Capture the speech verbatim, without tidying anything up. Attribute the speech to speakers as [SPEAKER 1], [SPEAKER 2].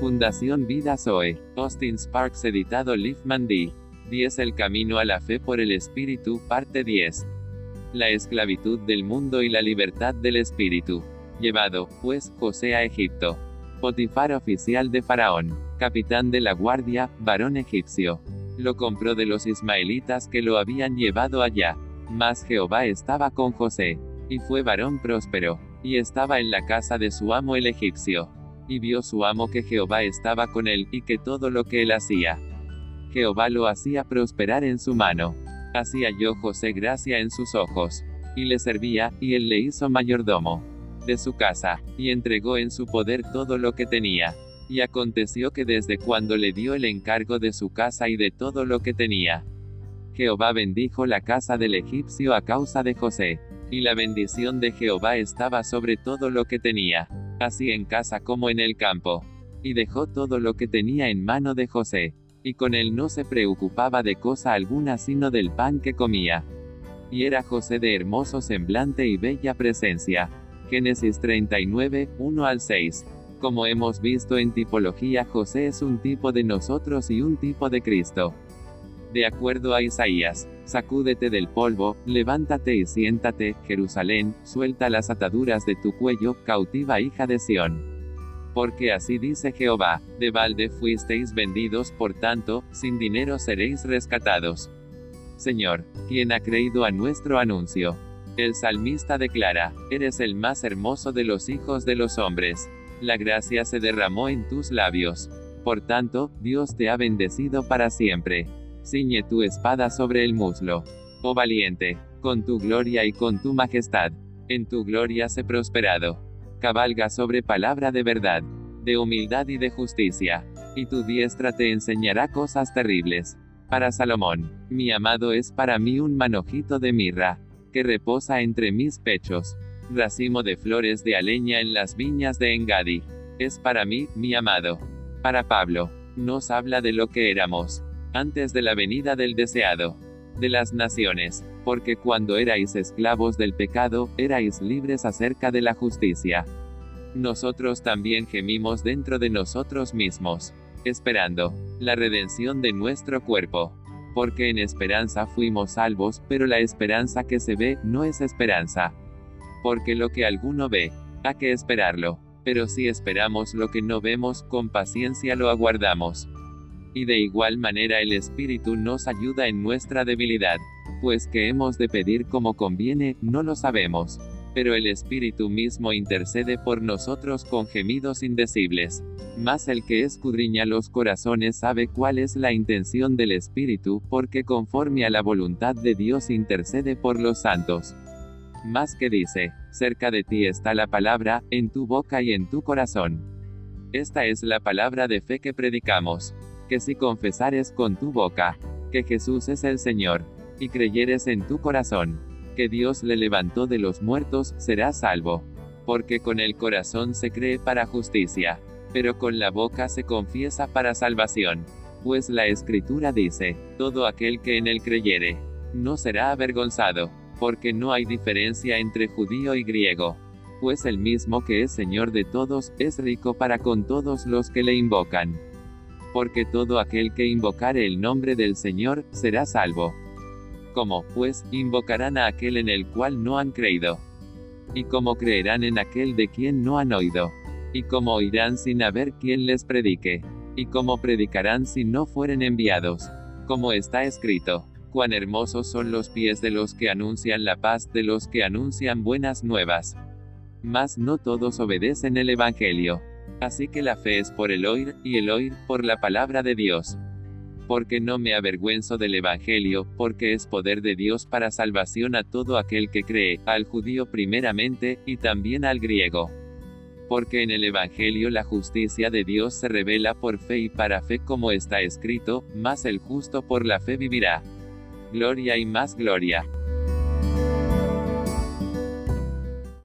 [SPEAKER 1] Fundación Vida Zoe. Austin Sparks editado Liefman D. diez El camino a la fe por el Espíritu, parte diez. La esclavitud del mundo y la libertad del Espíritu. Llevado, pues, José a Egipto. Potifar, oficial de Faraón, capitán de la guardia, varón egipcio. Lo compró de los ismaelitas que lo habían llevado allá. Mas Jehová estaba con José, y fue varón próspero, y estaba en la casa de su amo el egipcio. Y vio su amo que Jehová estaba con él, y que todo lo que él hacía, Jehová lo hacía prosperar en su mano. Así halló José gracia en sus ojos, y le servía, y él le hizo mayordomo de su casa, y entregó en su poder todo lo que tenía. Y aconteció que desde cuando le dio el encargo de su casa y de todo lo que tenía, Jehová bendijo la casa del egipcio a causa de José, y la bendición de Jehová estaba sobre todo lo que tenía, así en casa como en el campo. Y dejó todo lo que tenía en mano de José, y con él no se preocupaba de cosa alguna sino del pan que comía. Y era José de hermoso semblante y bella presencia. Génesis treinta y nueve, uno al seis. Como hemos visto en tipología, José es un tipo de nosotros y un tipo de Cristo. De acuerdo a Isaías, sacúdete del polvo, levántate y siéntate, Jerusalén, suelta las ataduras de tu cuello, cautiva hija de Sión. Porque así dice Jehová, de balde fuisteis vendidos, por tanto, sin dinero seréis rescatados. Señor, ¿quién ha creído a nuestro anuncio? El salmista declara, eres el más hermoso de los hijos de los hombres. La gracia se derramó en tus labios. Por tanto, Dios te ha bendecido para siempre. Ciñe tu espada sobre el muslo, oh valiente, con tu gloria y con tu majestad. En tu gloria sé prosperado. Cabalga sobre palabra de verdad, de humildad y de justicia, y tu diestra te enseñará cosas terribles. Para Salomón, mi amado es para mí un manojito de mirra, que reposa entre mis pechos. Racimo de flores de aleña en las viñas de Engadi. Es para mí, mi amado. Para Pablo, nos habla de lo que éramos antes de la venida del deseado de las naciones, porque cuando erais esclavos del pecado, erais libres acerca de la justicia. Nosotros también gemimos dentro de nosotros mismos, esperando la redención de nuestro cuerpo. Porque en esperanza fuimos salvos, pero la esperanza que se ve, no es esperanza. Porque lo que alguno ve, ¿a qué esperarlo? Pero si esperamos lo que no vemos, con paciencia lo aguardamos. Y de igual manera el Espíritu nos ayuda en nuestra debilidad, pues que hemos de pedir como conviene, no lo sabemos. Pero el Espíritu mismo intercede por nosotros con gemidos indecibles. Mas el que escudriña los corazones sabe cuál es la intención del Espíritu, porque conforme a la voluntad de Dios intercede por los santos. Mas que dice, cerca de ti está la palabra, en tu boca y en tu corazón. Esta es la palabra de fe que predicamos. Que si confesares con tu boca que Jesús es el Señor, y creyeres en tu corazón que Dios le levantó de los muertos, serás salvo. Porque con el corazón se cree para justicia, pero con la boca se confiesa para salvación. Pues la Escritura dice, todo aquel que en él creyere, no será avergonzado, porque no hay diferencia entre judío y griego. Pues el mismo que es Señor de todos, es rico para con todos los que le invocan. Porque todo aquel que invocare el nombre del Señor, será salvo. ¿Cómo, pues, invocarán a aquel en el cual no han creído? ¿Y cómo creerán en aquel de quien no han oído? ¿Y cómo oirán sin haber quien les predique? ¿Y cómo predicarán si no fueren enviados? Como está escrito, cuán hermosos son los pies de los que anuncian la paz, de los que anuncian buenas nuevas. Mas no todos obedecen el Evangelio. Así que la fe es por el oír, y el oír, por la palabra de Dios. Porque no me avergüenzo del Evangelio, porque es poder de Dios para salvación a todo aquel que cree, al judío primeramente, y también al griego. Porque en el Evangelio la justicia de Dios se revela por fe y para fe, como está escrito, mas el justo por la fe vivirá. Gloria y más gloria.